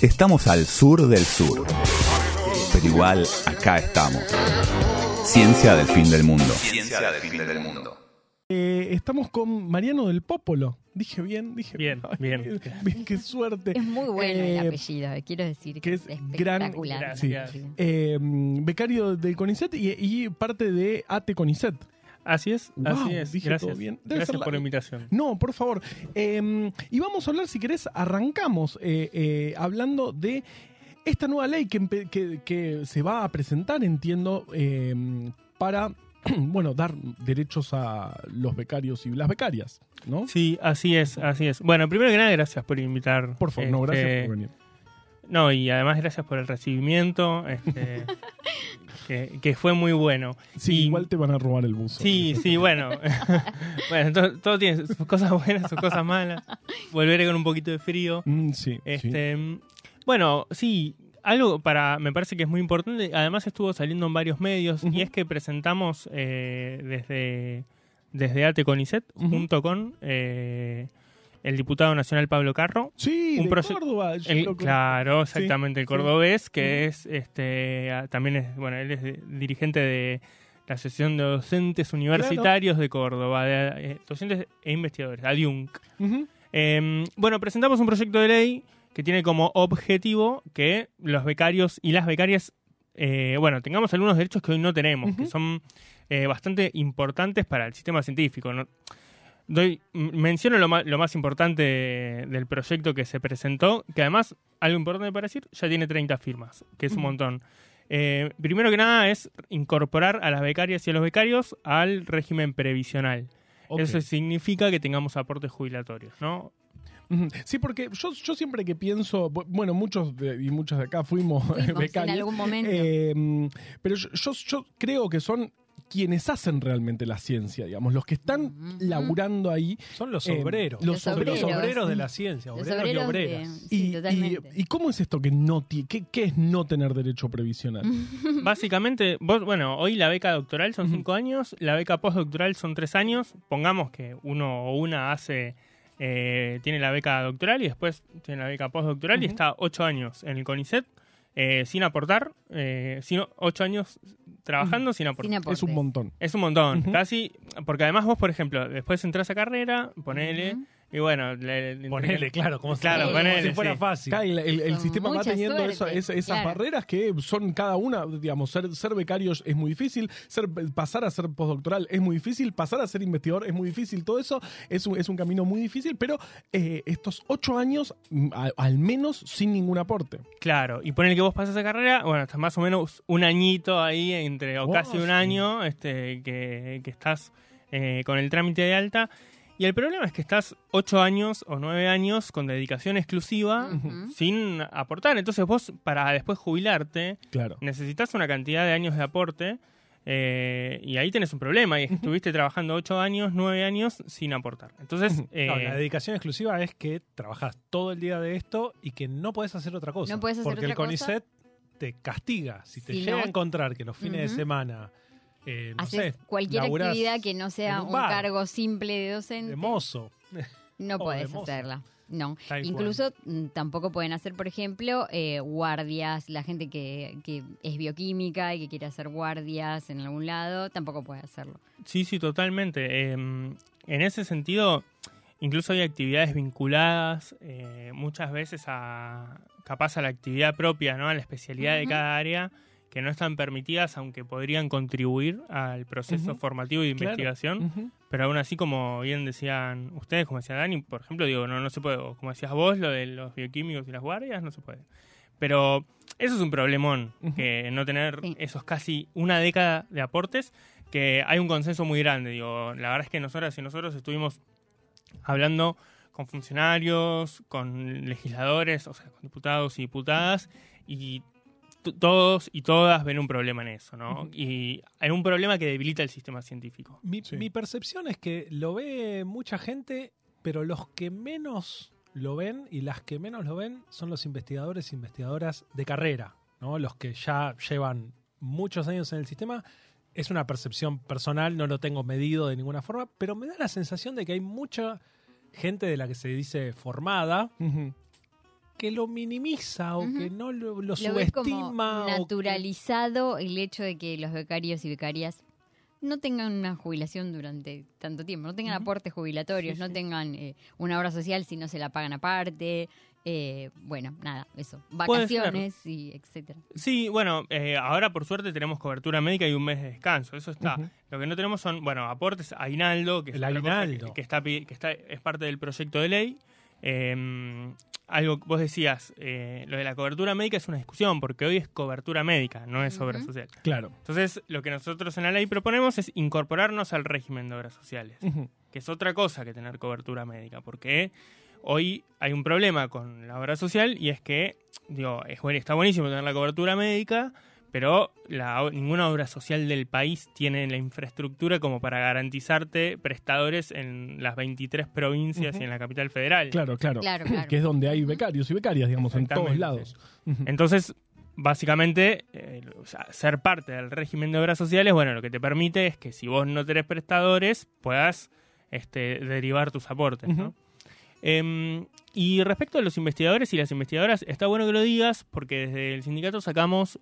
Estamos al sur del sur, pero igual acá estamos. Ciencia del fin del mundo. Ciencia del fin del mundo. Estamos con Mariano del Popolo. Dije bien. Bien. Qué suerte. Es muy bueno el apellido, quiero decir que es espectacular. Sí. Becario del CONICET y parte de ATE CONICET. Así es. Dije Gracias. todo bien. Gracias por la invitación. No, por favor. Y vamos a hablar, si querés, arrancamos hablando de esta nueva ley que se va a presentar, entiendo, para dar derechos a los becarios y las becarias, ¿no? Sí, así es. Bueno, primero que nada, gracias por invitar. Por favor, no, gracias por venir. No, y además gracias por el recibimiento, que fue muy bueno. Sí, igual te van a robar el buzo. Sí, bueno. Bueno, todo tiene sus cosas buenas, sus cosas malas. Volveré con un poquito de frío. Sí. Bueno, sí, algo me parece que es muy importante, además estuvo saliendo en varios medios, y es que presentamos desde ATE CONICET, junto con el diputado nacional Pablo Carro. Sí, de Córdoba. Claro, exactamente, el cordobés, que es también él es dirigente de la Asociación de Docentes Universitarios de Córdoba, de docentes e investigadores, ADIUNC. Presentamos un proyecto de ley que tiene como objetivo que los becarios y las becarias tengamos algunos derechos que hoy no tenemos, que son bastante importantes para el sistema científico, ¿no? Menciono lo más importante del proyecto que se presentó, que además, algo importante para decir, ya tiene 30 firmas, que es un montón. Primero que nada es incorporar a las becarias y a los becarios al régimen previsional. Okay. Eso significa que tengamos aportes jubilatorios, ¿no? Sí, porque yo siempre que pienso, muchos y muchas de acá fuimos becarios. En algún momento. Pero yo creo que son quienes hacen realmente la ciencia, digamos, los que están laburando ahí. Son los obreros. Los obreros de la ciencia, obreros y obreras. ¿Y cómo es esto que qué es no tener derecho previsional? Básicamente, hoy la beca doctoral son 5 años, la beca postdoctoral son 3 años. Pongamos que uno o una tiene la beca doctoral y después tiene la beca postdoctoral y está 8 años en el CONICET sin aportar, 8 años trabajando sin aportar. Es un montón. Es un montón, casi, porque además vos, por ejemplo, después entras a carrera, ponele, y bueno... Ponele, claro, como si fuera fácil. El sistema va teniendo suerte, esas barreras que son cada una, digamos, ser becario es muy difícil, pasar a ser postdoctoral es muy difícil, pasar a ser investigador es muy difícil, todo eso es un camino muy difícil, pero estos 8 años, al menos, sin ningún aporte. Claro, y ponele que vos pasas a carrera, estás más o menos un añito ahí, casi un año, que estás con el trámite de alta. Y el problema es que estás 8 años o 9 años con dedicación exclusiva sin aportar. Entonces vos, para después jubilarte, necesitas una cantidad de años de aporte y ahí tenés un problema. Y es que estuviste trabajando 8 años, 9 años sin aportar. Entonces, la dedicación exclusiva es que trabajás todo el día de esto y que no podés hacer otra cosa. Porque el CONICET te castiga. Si te llega a encontrar que los fines de semana... haces cualquier actividad que no sea un cargo simple de docente. De mozo. No podés hacerla. No. Incluso tampoco pueden hacer, por ejemplo, guardias. La gente que es bioquímica y que quiere hacer guardias en algún lado, tampoco puede hacerlo. Sí, totalmente. En ese sentido, incluso hay actividades vinculadas muchas veces capaz a la actividad propia, ¿no? A la especialidad de cada área, que no están permitidas, aunque podrían contribuir al proceso formativo y de investigación, pero aún así, como bien decían ustedes, como decía Dani, por ejemplo, no se puede, o como decías vos, lo de los bioquímicos y las guardias, no se puede. Pero eso es un problemón, que no tener esos casi una década de aportes, que hay un consenso muy grande. La verdad es que nosotros estuvimos hablando con funcionarios, con legisladores, o sea, con diputados y diputadas, y todos y todas ven un problema en eso, ¿no? Y hay un problema que debilita el sistema científico. Mi percepción es que lo ve mucha gente, pero los que menos lo ven y las que menos lo ven son los investigadores e investigadoras de carrera, ¿no? Los que ya llevan muchos años en el sistema. Es una percepción personal, no lo tengo medido de ninguna forma, pero me da la sensación de que hay mucha gente de la que se dice formada que lo minimiza o que no lo subestima. Ves como naturalizado el hecho de que los becarios y becarias no tengan una jubilación durante tanto tiempo, no tengan aportes jubilatorios, no tengan una obra social si no se la pagan aparte. Bueno, nada, eso. Vacaciones y etcétera. Sí, bueno, ahora por suerte tenemos cobertura médica y un mes de descanso, eso está. Lo que no tenemos son, bueno, aportes a aguinaldo, que es aguinaldo. Que es parte del proyecto de ley. Algo que vos decías, lo de la cobertura médica es una discusión, porque hoy es cobertura médica, no es obra social. Claro. Entonces, lo que nosotros en la ley proponemos es incorporarnos al régimen de obras sociales, que es otra cosa que tener cobertura médica, porque hoy hay un problema con la obra social y es que, digo, está buenísimo tener la cobertura médica, pero ninguna obra social del país tiene la infraestructura como para garantizarte prestadores en las 23 provincias y en la capital federal. Claro. Que es donde hay becarios y becarias, digamos, en todos lados. Entonces, básicamente, ser parte del régimen de obras sociales, bueno, lo que te permite es que si vos no tenés prestadores, puedas derivar tus aportes, ¿no? Y respecto a los investigadores y las investigadoras, está bueno que lo digas porque desde el sindicato sacamos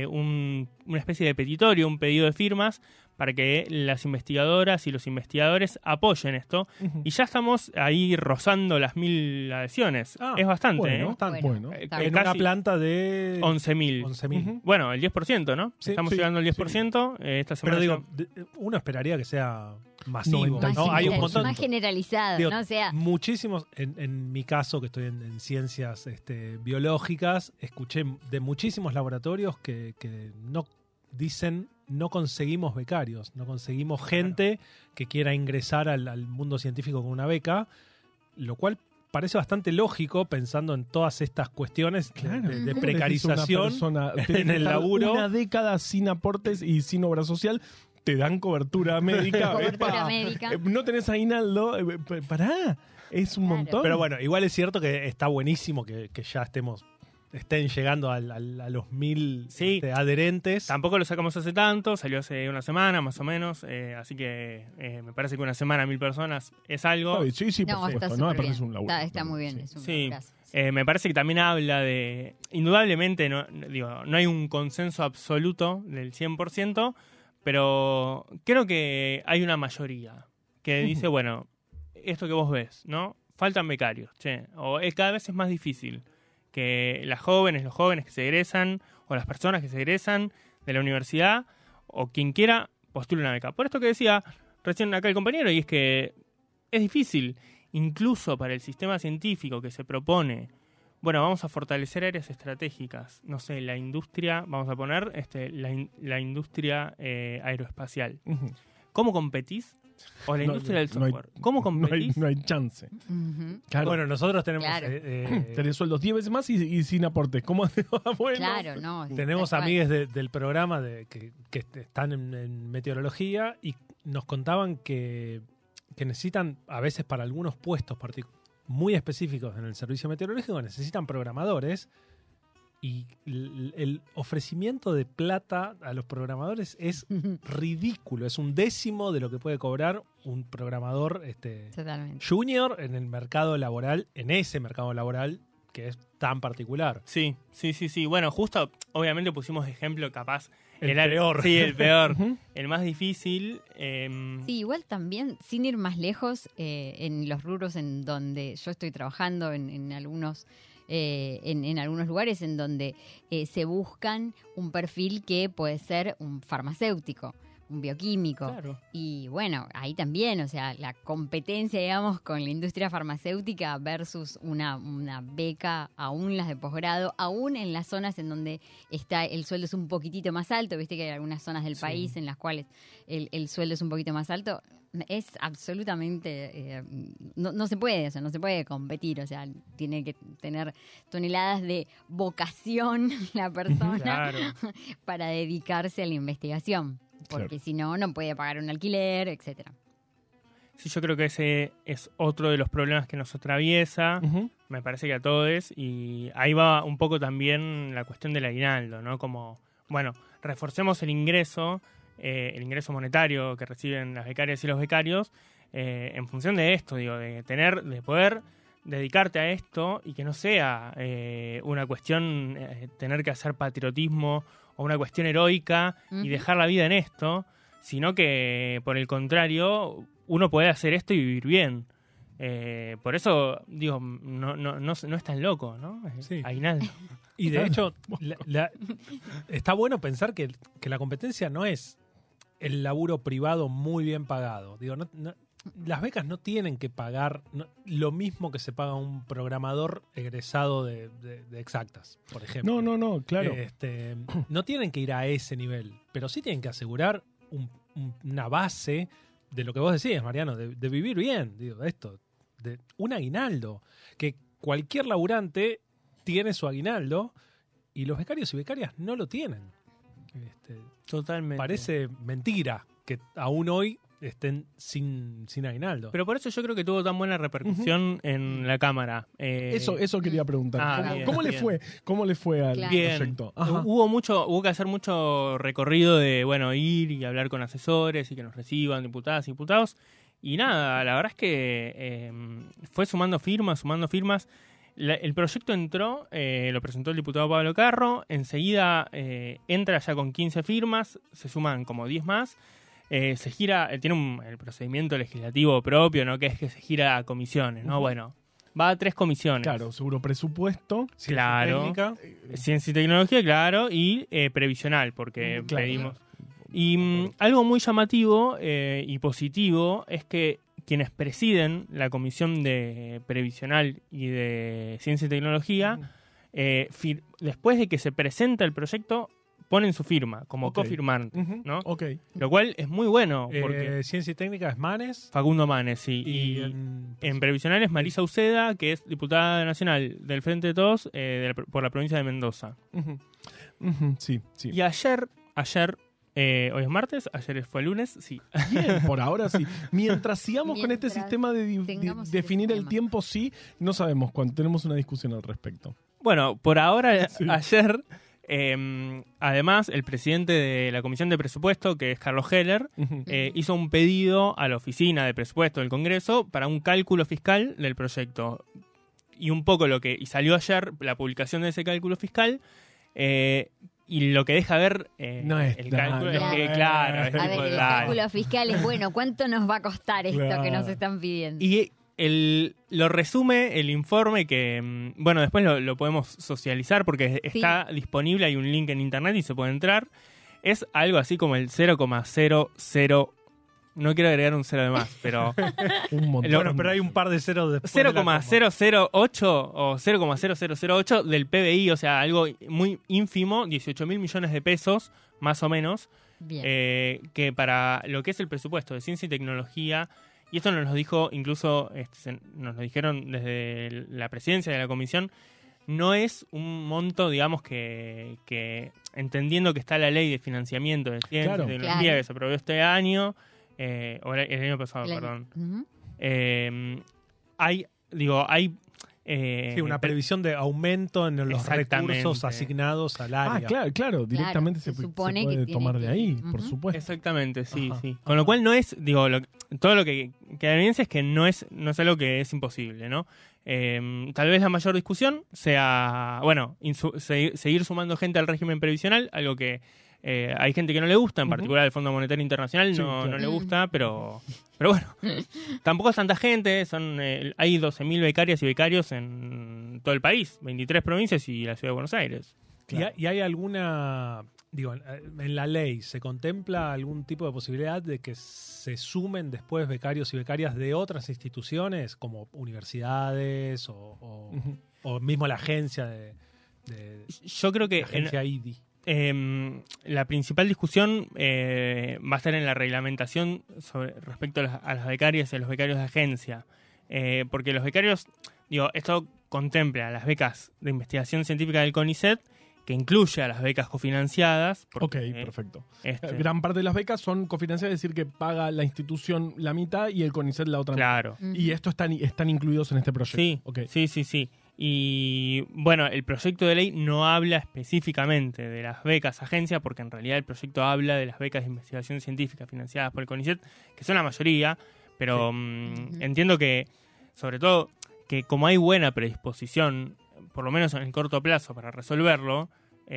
una especie de petitorio, un pedido de firmas para que las investigadoras y los investigadores apoyen esto. Y ya estamos ahí rozando las 1.000 adhesiones. Es bastante, bueno, bueno. En una planta de 11.000. Bueno, el 10%, ¿no? Sí, estamos llegando al 10%. Esta semana. Pero digo, uno esperaría que sea masivo, ¿no? Hay un montón. Más generalizado, digo, ¿no? O sea, muchísimos, en mi caso, que estoy en ciencias biológicas, escuché de muchísimos laboratorios que no dicen no conseguimos becarios, no conseguimos gente que quiera ingresar al mundo científico con una beca, lo cual parece bastante lógico pensando en todas estas cuestiones de precarización en el laburo. Una década sin aportes y sin obra social, te dan cobertura médica. No tenés aguinaldo, pará, es un montón. Pero bueno, igual es cierto que está buenísimo que ya estén llegando a los 1.000 adherentes. Tampoco lo sacamos hace tanto, salió hace una semana más o menos, así que me parece que una semana 1.000 personas es algo. Sí, por supuesto, no me parece un laburo. Está muy bien, es un laburazo. Me parece que también habla de, indudablemente, no hay un consenso absoluto del 100%, pero creo que hay una mayoría que dice, bueno, esto que vos ves, ¿no? Faltan becarios, o cada vez es más difícil que los jóvenes que se egresan, o las personas que se egresan de la universidad, o quien quiera, postule una beca. Por esto que decía recién acá el compañero, y es que es difícil, incluso para el sistema científico que se propone, bueno, vamos a fortalecer áreas estratégicas, no sé, la industria, vamos a poner la industria aeroespacial. ¿Cómo competís? O la industria del software. ¿Cómo competís? No hay chance. Claro. Bueno, nosotros tenemos... tenés sueldos 10 veces más y sin aportes. ¿Cómo te va? Bueno, claro, no. Tenemos amigues del programa que están en meteorología y nos contaban que necesitan, a veces para algunos puestos muy específicos en el servicio meteorológico, necesitan programadores. Y el ofrecimiento de plata a los programadores es ridículo. Es un décimo de lo que puede cobrar un programador junior en el mercado laboral, en ese mercado laboral que es tan particular. Sí. Bueno, justo, obviamente pusimos de ejemplo capaz el peor. Sí, el peor. El más difícil. Sí, igual también, sin ir más lejos, en los rubros en donde yo estoy trabajando, en algunos... en algunos lugares en donde se buscan un perfil que puede ser un farmacéutico, un bioquímico. Claro. Y bueno, ahí también, o sea, la competencia, digamos, con la industria farmacéutica versus una beca, aún las de posgrado, aún en las zonas en donde el sueldo es un poquitito más alto, viste que hay algunas zonas del país en las cuales el sueldo es un poquito más alto. Es absolutamente no se puede, o sea, no se puede competir, o sea, tiene que tener toneladas de vocación la persona para dedicarse a la investigación, porque si no puede pagar un alquiler, etcétera. Sí, yo creo que ese es otro de los problemas que nos atraviesa, me parece que a todos, y ahí va un poco también la cuestión del aguinaldo, ¿no? Como, bueno, reforcemos el ingreso monetario que reciben las becarias y los becarios en función de esto, digo, de poder dedicarte a esto y que no sea una cuestión tener que hacer patriotismo o una cuestión heroica y dejar la vida en esto, sino que, por el contrario, uno puede hacer esto y vivir bien. Por eso, digo, no es tan loco, ¿no? Sí. Aguinaldo. Y de hecho, está bueno pensar que la competencia no es el laburo privado muy bien pagado. Digo, las becas no tienen que pagar lo mismo que se paga a un programador egresado de exactas, por ejemplo. No, claro. No tienen que ir a ese nivel, pero sí tienen que asegurar una base de lo que vos decías, Mariano, de vivir bien, digo, esto, de un aguinaldo, que cualquier laburante tiene su aguinaldo y los becarios y becarias no lo tienen. Totalmente. Parece mentira que aún hoy estén sin aguinaldo. Pero por eso yo creo que tuvo tan buena repercusión en la Cámara. Eso quería preguntar. ¿Cómo le fue? ¿Cómo le fue al proyecto? Hubo que hacer mucho recorrido de, ir y hablar con asesores y que nos reciban diputadas y diputados. Y nada, la verdad es que fue sumando firmas. El proyecto entró, lo presentó el diputado Pablo Carro, enseguida entra ya con 15 firmas, se suman como 10 más. Se gira, tiene el procedimiento legislativo propio, ¿no? Que es que se gira a comisiones, ¿no? Bueno, va a 3 comisiones. Claro, seguro presupuesto. Claro. Ciencia y tecnología, claro. Y previsional, porque pedimos. Y algo muy llamativo y positivo es que quienes presiden la comisión de previsional y de ciencia y tecnología, después de que se presenta el proyecto, ponen su firma como cofirmante, ¿no? Lo cual es muy bueno. Porque Ciencia y Técnica es Manes. Facundo Manes, sí. Y en previsional es Marisa Uceda, que es diputada nacional del Frente de Todos por la provincia de Mendoza. Sí. Y ayer, hoy es martes, ayer fue lunes, sí. Bien, por ahora sí. Mientras sigamos con este sistema de definir el tiempo, sí, no sabemos cuándo. Tenemos una discusión al respecto. Bueno, por ahora, ayer... además, el presidente de la Comisión de Presupuesto, que es Carlos Heller, hizo un pedido a la Oficina de Presupuesto del Congreso para un cálculo fiscal del proyecto. Y un poco y salió ayer la publicación de ese cálculo fiscal, y lo que deja ver no es el cálculo es que, claro, es a ver, el cálculo fiscal es bueno. ¿Cuánto nos va a costar esto que nos están pidiendo? Y lo resume el informe que, después lo podemos socializar porque está disponible, hay un link en internet y se puede entrar. Es algo así como el 0,00, no quiero agregar un cero de más, pero... un montón. Pero hay un par de ceros después. 0,008 o 0,0008 del PBI, o sea, algo muy ínfimo, 18.000 millones de pesos, más o menos, que para lo que es el presupuesto de ciencia y tecnología. Y esto nos lo dijo, incluso nos lo dijeron desde la presidencia de la comisión, no es un monto, digamos, que entendiendo que está la ley de financiamiento de ciencia y tecnología que se aprobó este año, o el año pasado, perdón. Hay una previsión de aumento en los recursos asignados al área. Claro, directamente se puede que tomar de ahí, por supuesto. Exactamente, sí. Con lo cual no es, todo lo que queda en evidencia es que no es algo que es imposible, ¿no? Tal vez la mayor discusión sea, seguir sumando gente al régimen previsional, algo que hay gente que no le gusta, en particular el Fondo Monetario Internacional no le gusta, pero bueno, tampoco es tanta gente, hay 12.000 becarias y becarios en todo el país, 23 provincias y la Ciudad de Buenos Aires. Claro. ¿Y hay alguna, en la ley, se contempla algún tipo de posibilidad de que se sumen después becarios y becarias de otras instituciones, como universidades o mismo la agencia Yo creo que... La agencia IDI. La principal discusión va a estar en la reglamentación respecto a las becarias y a los becarios de agencia, porque los becarios, esto contempla las becas de investigación científica del CONICET, que incluye a las becas cofinanciadas. Porque, perfecto. Gran parte de las becas son cofinanciadas, es decir, que paga la institución la mitad y el CONICET la otra mitad. Claro. Y estos están incluidos en este proyecto. Sí. Y bueno, el proyecto de ley no habla específicamente de las becas agencia, porque en realidad el proyecto habla de las becas de investigación científica financiadas por el CONICET, que son la mayoría, pero entiendo que, sobre todo, que como hay buena predisposición, por lo menos en el corto plazo, para resolverlo,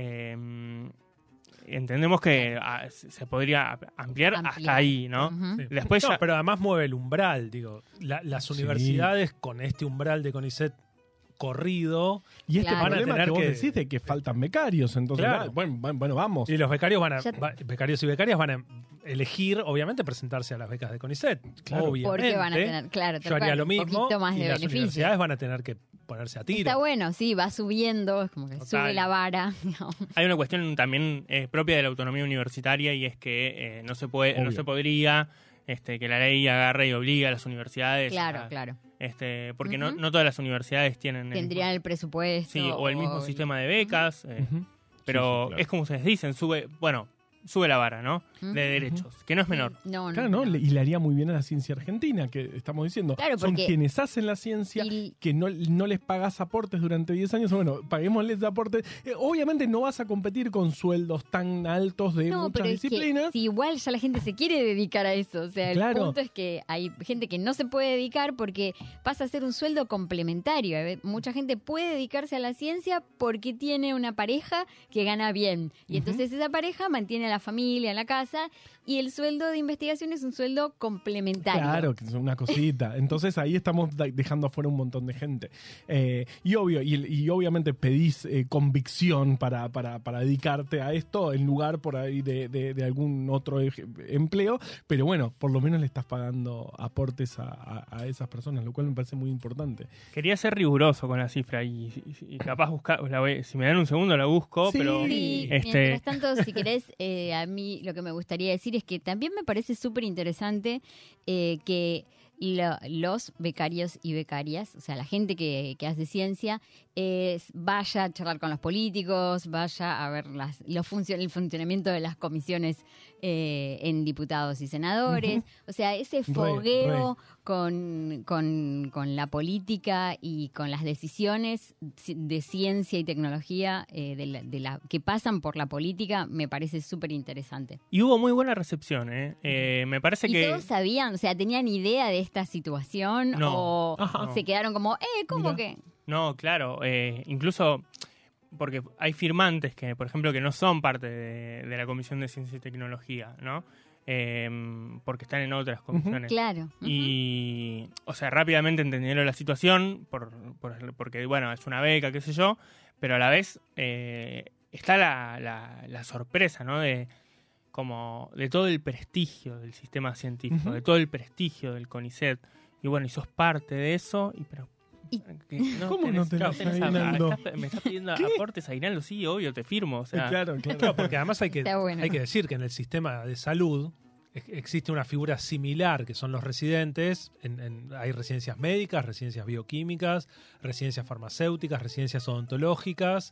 entendemos que se podría ampliar hasta ahí, ¿no? Uh-huh. Sí. Después No, ya... pero además mueve el umbral, digo. Las universidades con este umbral de CONICET corrido. Y este Claro. problema Van a tener que vos que- decís de que faltan becarios, entonces, Claro. bueno, vamos. Y los becarios Ya- becarios y becarias van a elegir, obviamente, presentarse a las becas de CONICET. Claro. Obviamente. Porque van a tener, claro, Yo haría lo un mismo. poquito más Y de las beneficio. universidades van a tener que ponerse a tiro. Está bueno, sí, va subiendo, es como que Total. sube la vara. digamos. Hay una cuestión también propia de la autonomía universitaria y es que no se puede, no Obvio. se podría que la ley agarre y obligue a las universidades. Claro, claro. Porque Ujú. no todas las universidades tienen Tendrían el presupuesto. sí, o el mismo sistema de becas, Ujú. pero Sí, sí, claro. es como ustedes dicen, sube la vara, ¿no? Ujú. De derechos, que no es menor. No, Claro, ¿no? Y le haría muy bien a la ciencia argentina, que estamos diciendo. Claro, Son porque- quienes hacen la ciencia, Y- que no les pagas aportes durante 10 años. Bueno, paguémosles aportes. Obviamente no vas a competir con sueldos tan altos de No, muchas pero es que disciplinas. si igual ya la gente se quiere dedicar a eso. O sea, Claro. el punto es que hay gente que no se puede dedicar porque pasa a ser un sueldo complementario. Mucha gente puede dedicarse a la ciencia porque tiene una pareja que gana bien. Y entonces esa pareja mantiene a la familia en la casa y el sueldo de investigación es un sueldo complementario. Claro, que es una cosita. Entonces ahí estamos dejando afuera un montón de gente. Y obviamente pedís convicción para dedicarte a esto en lugar por ahí de algún otro empleo, pero bueno, por lo menos le estás pagando aportes a esas personas, lo cual me parece muy importante. Quería ser riguroso con la cifra y capaz buscar, si me dan un segundo la busco, Sí. pero Sí, mientras tanto, si querés, a mí lo que me gustaría decir es que también me parece súper interesante que los becarios y becarias, o sea, la gente que hace ciencia, vaya a charlar con los políticos, vaya a ver el funcionamiento de las comisiones en diputados y senadores. O sea, ese fogueo con la política y con las decisiones de ciencia y tecnología que pasan por la política me parece súper interesante. y hubo muy buena recepción, me parece ¿Y que todos sabían, o sea, tenían idea de esta situación No. o Ajá. se quedaron como, ¿cómo Mira. que? no, claro, incluso porque hay firmantes que, por ejemplo, que no son parte de la Comisión de Ciencia y Tecnología, ¿no? Porque están en otras comisiones. Claro. Y, o sea, rápidamente entendieron la situación porque, bueno, es una beca, qué sé yo, pero a la vez está la sorpresa, ¿no? De todo el prestigio del sistema científico, Ujú. de todo el prestigio del CONICET. Y bueno, y sos parte de eso, ¿Cómo no tenés aguinaldo? me estás pidiendo ¿Qué? aportes a aguinaldo, sí, obvio, te firmo. O sea, Claro. Claro, porque además hay que Está bueno. decir que en el sistema de salud existe una figura similar que son los residentes. Hay residencias médicas, residencias bioquímicas, residencias farmacéuticas, residencias odontológicas.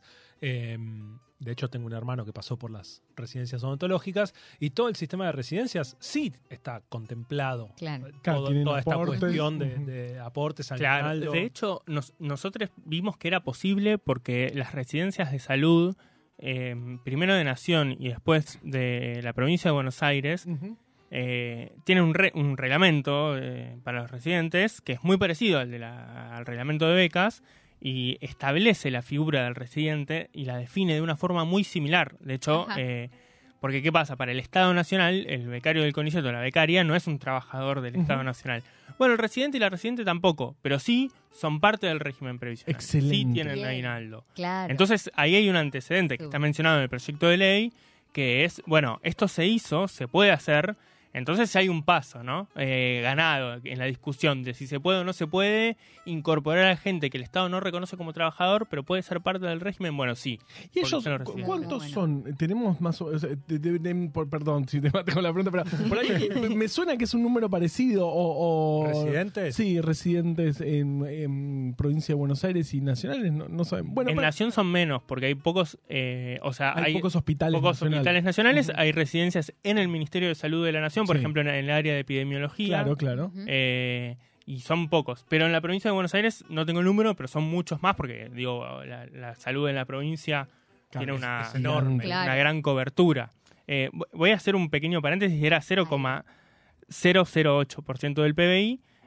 De hecho, tengo un hermano que pasó por las residencias odontológicas y todo el sistema de residencias sí está contemplado. Claro. Claro, tienen Toda esta aportes. cuestión de aportes al claro, aguinaldo. de hecho, nosotros vimos que era posible porque las residencias de salud, primero de Nación y después de la provincia de Buenos Aires, Ujú. tienen un reglamento para los residentes que es muy parecido al reglamento de becas y establece la figura del residente y la define de una forma muy similar. De hecho, Ajá. porque ¿qué pasa? Para el Estado Nacional, el becario del CONICET o la becaria no es un trabajador del Estado Nacional. Bueno, el residente y la residente tampoco, pero sí son parte del régimen previsional. Excelente. Sí tienen Bien. aguinaldo. Claro. Entonces, ahí hay un antecedente que está mencionado en el proyecto de ley, que es, bueno, esto se hizo, se puede hacer, entonces hay un paso, ¿no? Ganado en la discusión de si se puede o no se puede incorporar a gente que el Estado no reconoce como trabajador, pero puede ser parte del régimen, bueno, sí. ¿Y porque ellos son los residentes. cuántos Bueno. son? Tenemos más o perdón si te maté con la pregunta, pero por ahí me suena que es un número parecido o ¿Residentes? Sí, residentes en provincia de Buenos Aires y nacionales, no saben. Bueno, En pero Nación son menos, porque hay pocos, o sea, hay pocos hospitales hospitales nacionales, Ujú. hay residencias en el Ministerio de Salud de la Nación, por Sí. ejemplo, en el área de epidemiología. Claro. Ujú. Y son pocos. Pero en la provincia de Buenos Aires no tengo el número, pero son muchos más, porque digo, la salud en la provincia Claro, tiene una, es enorme. Claro. una gran cobertura. Voy a hacer un pequeño paréntesis, era 0,008% del PBI.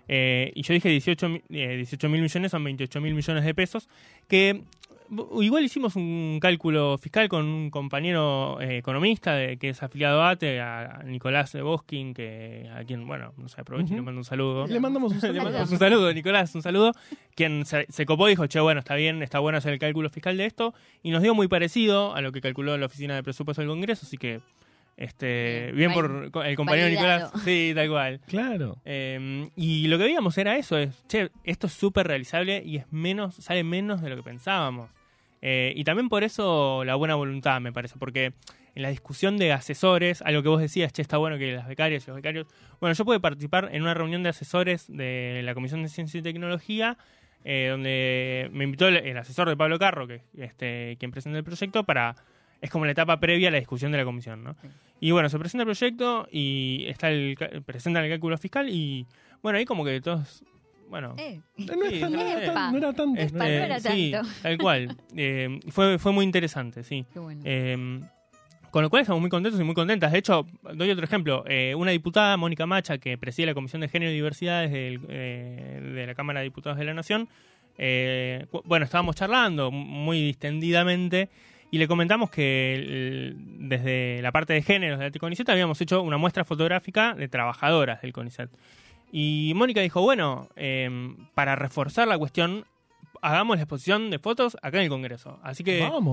Y yo dije 18.000 millones, son 28.000 millones de pesos, que igual hicimos un cálculo fiscal con un compañero economista que es afiliado a ATE, a Nicolás Boskin, a quien, bueno, no sé, aprovecho y le mando un saludo. Le mandamos un saludo. Le mandamos un saludo, Nicolás, un saludo. Quien se copó y dijo, che, bueno, está bien, está bueno hacer el cálculo fiscal de esto, y nos dio muy parecido a lo que calculó la Oficina de Presupuesto del Congreso, así que bien por el compañero Nicolás. Sí, tal cual. Claro. Y lo que veíamos era eso, che, esto es súper realizable y sale menos de lo que pensábamos. Y también por eso la buena voluntad, me parece, porque en la discusión de asesores, algo que vos decías, che, está bueno que las becarias y los becarios... Bueno, yo pude participar en una reunión de asesores de la Comisión de Ciencia y Tecnología, donde me invitó el asesor de Pablo Carro, que quien presenta el proyecto, es como la etapa previa a la discusión de la comisión, ¿no? Sí. Y bueno, se presenta el proyecto y presentan el cálculo fiscal y bueno, ahí como que todos... Bueno, no era tanto. Sí, tal cual. Fue muy interesante, sí. Qué bueno. Con lo cual estamos muy contentos y muy contentas. De hecho, doy otro ejemplo. Una diputada, Mónica Macha, que preside la Comisión de Género y Diversidades de la Cámara de Diputados de la Nación, bueno, estábamos charlando muy distendidamente y le comentamos que desde la parte de géneros del CONICET habíamos hecho una muestra fotográfica de trabajadoras del CONICET. Y Mónica dijo, bueno, para reforzar la cuestión, hagamos la exposición de fotos acá en el Congreso. Así que, vamos.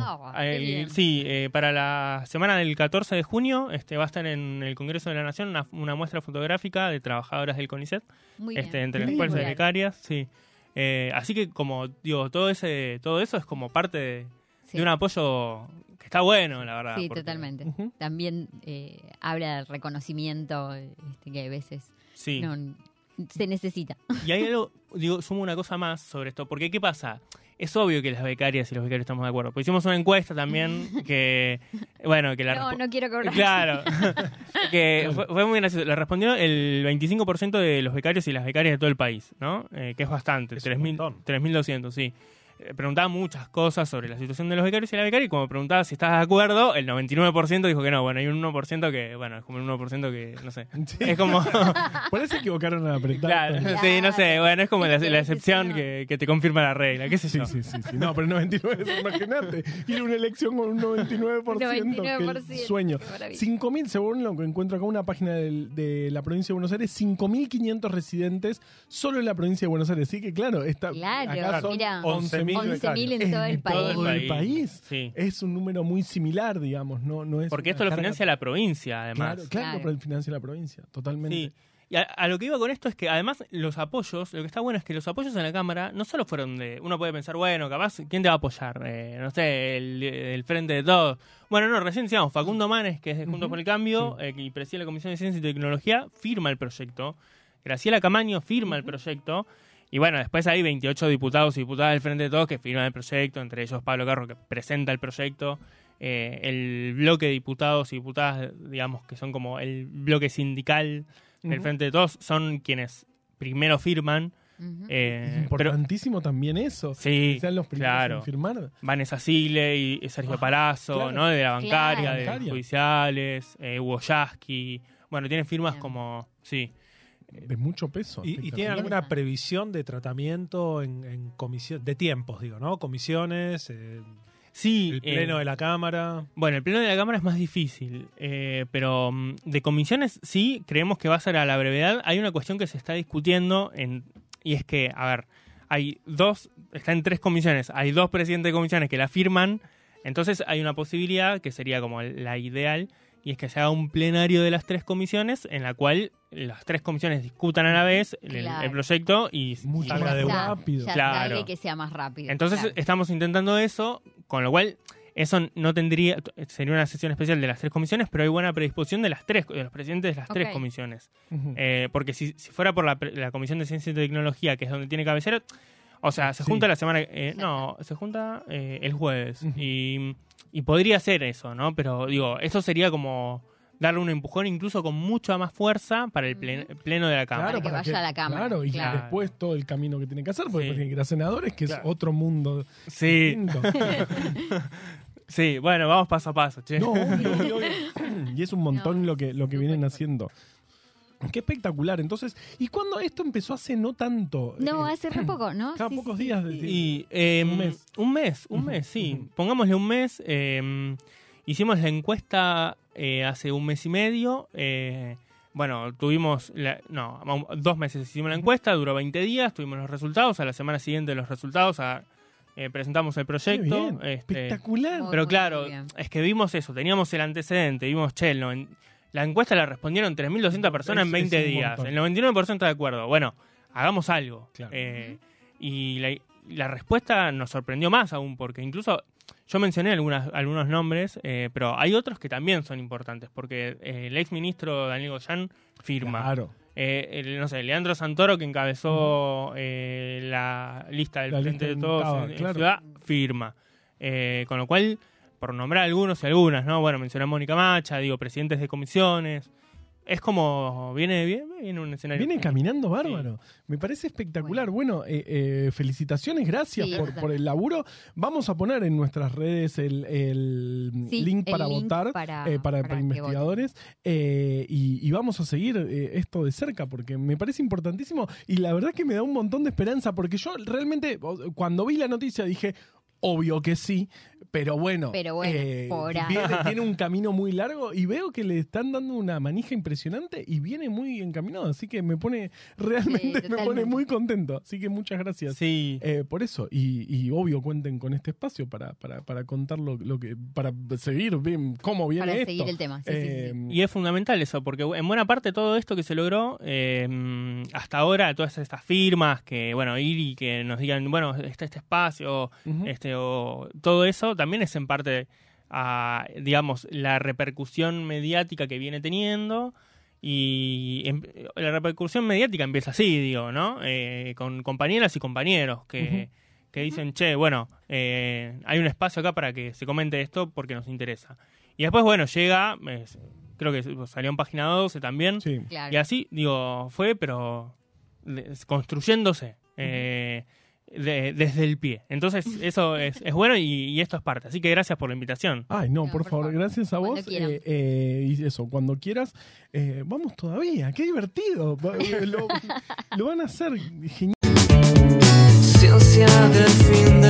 Para la semana del 14 de junio va a estar en el Congreso de la Nación una muestra fotográfica de trabajadoras del CONICET. Muy bien. Entre las cuales becarias, sí. Así que, como digo, todo eso es como parte de un apoyo que está bueno, la verdad. Sí, totalmente. También habla del reconocimiento que a veces se necesita. Y hay algo, sumo una cosa más sobre esto, porque ¿qué pasa? Es obvio que las becarias y los becarios estamos de acuerdo. Pues hicimos una encuesta también que, bueno, que no quiero cobrar. Claro, que fue muy gracioso. Le respondió el 25% de los becarios y las becarias de todo el país, ¿no? Que es bastante, 3.200, sí. Preguntaba muchas cosas sobre la situación de los becarios y la becaria, y como preguntaba si estás de acuerdo, el 99% dijo que no. Bueno, hay un 1% que, bueno, es como un 1% que, no sé. Sí. Es como... Por eso se equivocaron a apretar. Claro, sí, no sé. Bueno, es como la excepción que te confirma la regla, qué sé yo. Sí. No, pero el 99%, imagínate, ir a una elección con un 99%, que sueño. 5.000, según lo que encuentro acá, una página de la provincia de Buenos Aires, 5.500 residentes solo en la provincia de Buenos Aires. Así que, claro, acá son mira, 11.000 en todo el país. Todo el país. Sí. Es un número muy similar, digamos. No es porque esto lo financia la provincia, además. Claro, lo financia la provincia, totalmente. Sí. Y a lo que iba con esto es que además los apoyos, lo que está bueno es que los apoyos en la Cámara no solo fueron uno puede pensar, bueno, capaz, ¿quién te va a apoyar? No sé, el Frente de Todos. Bueno, no, recién decíamos, Facundo Manes, que es de Juntos por el Cambio, y preside la Comisión de Ciencia y Tecnología, firma el proyecto. Graciela Camaño firma el proyecto. Y bueno, después hay 28 diputados y diputadas del Frente de Todos que firman el proyecto, entre ellos Pablo Carro, que presenta el proyecto. El bloque de diputados y diputadas, digamos, que son como el bloque sindical del Frente de Todos, son quienes primero firman. Es importantísimo también eso. Sí, que sean los primeros en firmar. Vanessa Sile y Sergio Palazzo, claro. ¿no? De la bancaria, de los judiciales, Hugo Yasky. Bueno, tienen firmas como... Sí. De mucho peso. ¿Y tienen alguna previsión de tratamiento en comisión, de tiempos, digo, ¿no? Comisiones, sí, el pleno de la Cámara. Bueno, el pleno de la Cámara es más difícil, pero de comisiones sí, creemos que va a ser a la brevedad. Hay una cuestión que se está discutiendo, y es que, a ver, está en 3 comisiones, hay 2 presidentes de comisiones que la firman, entonces hay una posibilidad que sería como la ideal, y es que se haga un plenario de las 3 comisiones en la cual las 3 comisiones discutan a la vez el proyecto y salga de rápido. Claro. Que sea más rápido. Entonces estamos intentando eso, con lo cual eso no sería una sesión especial de las 3 comisiones, pero hay buena predisposición de los presidentes de las 3 comisiones. Porque si fuera por la Comisión de Ciencia y Tecnología, que es donde tiene cabecera, o sea, se junta la semana... se junta el jueves. Y podría ser eso, ¿no? Pero digo, eso sería como darle un empujón incluso con mucha más fuerza para el pleno de la Cámara. Claro, para que vaya a la Cámara. Claro, y después todo el camino que tiene que hacer, porque tiene que ir a senadores, que es otro mundo. Sí. Sí, bueno, vamos paso a paso, che. No, obvio. Y es un montón lo que vienen haciendo. Qué espectacular. Entonces, ¿y cuándo esto empezó? Hace no tanto. No, hace re poco, ¿no? Cada pocos días. Un mes, sí. Pongámosle un mes. Hicimos la encuesta hace un mes y medio. Bueno, tuvimos... 2 meses hicimos la encuesta, duró 20 días, tuvimos los resultados. A la semana siguiente los resultados presentamos el proyecto. Qué bien, espectacular. Pero Muy claro, bien. es que vimos eso, teníamos el antecedente, vimos, la encuesta la respondieron 3.200 personas en 20 días. El 99% está de acuerdo. Bueno, hagamos algo. Claro. Y la respuesta nos sorprendió más aún, porque incluso yo mencioné algunos nombres, pero hay otros que también son importantes, porque el ex ministro Daniel Goyan firma. Claro. Leandro Santoro, que encabezó la lista del Frente de Todos en Ciudad, firma. Con lo cual, por nombrar algunos y algunas, ¿no? Bueno, mencioné a Mónica Macha, presidentes de comisiones. Es como, viene un escenario. Viene caminando bárbaro. Sí. Me parece espectacular. Bueno, felicitaciones, gracias por el laburo. Vamos a poner en nuestras redes el link para votar para investigadores. Y vamos a seguir esto de cerca porque me parece importantísimo. Y la verdad que me da un montón de esperanza porque yo realmente, cuando vi la noticia dije... Obvio que sí, pero bueno tiene un camino muy largo y veo que le están dando una manija impresionante y viene muy encaminado, así que me pone muy contento, así que muchas gracias por eso y obvio cuenten con este espacio para contar lo que para seguir bien cómo viene para esto. Seguir el tema. Sí. Y es fundamental eso, porque en buena parte todo esto que se logró hasta ahora, todas estas firmas que ir y que nos digan, bueno, está este espacio, o todo eso también es en parte digamos la repercusión mediática que viene teniendo y la repercusión mediática empieza así, ¿no? Con compañeras y compañeros que dicen, hay un espacio acá para que se comente esto porque nos interesa. Y después, llega, creo que salió en Página 12 también, claro. Y así, fue, pero construyéndose. Desde el pie. Entonces eso es bueno y esto es parte. Así que gracias por la invitación. Ay, no, por favor, gracias a vos. Y eso, cuando quieras, vamos todavía. Qué divertido. Lo van a hacer genial. Ciencia del fin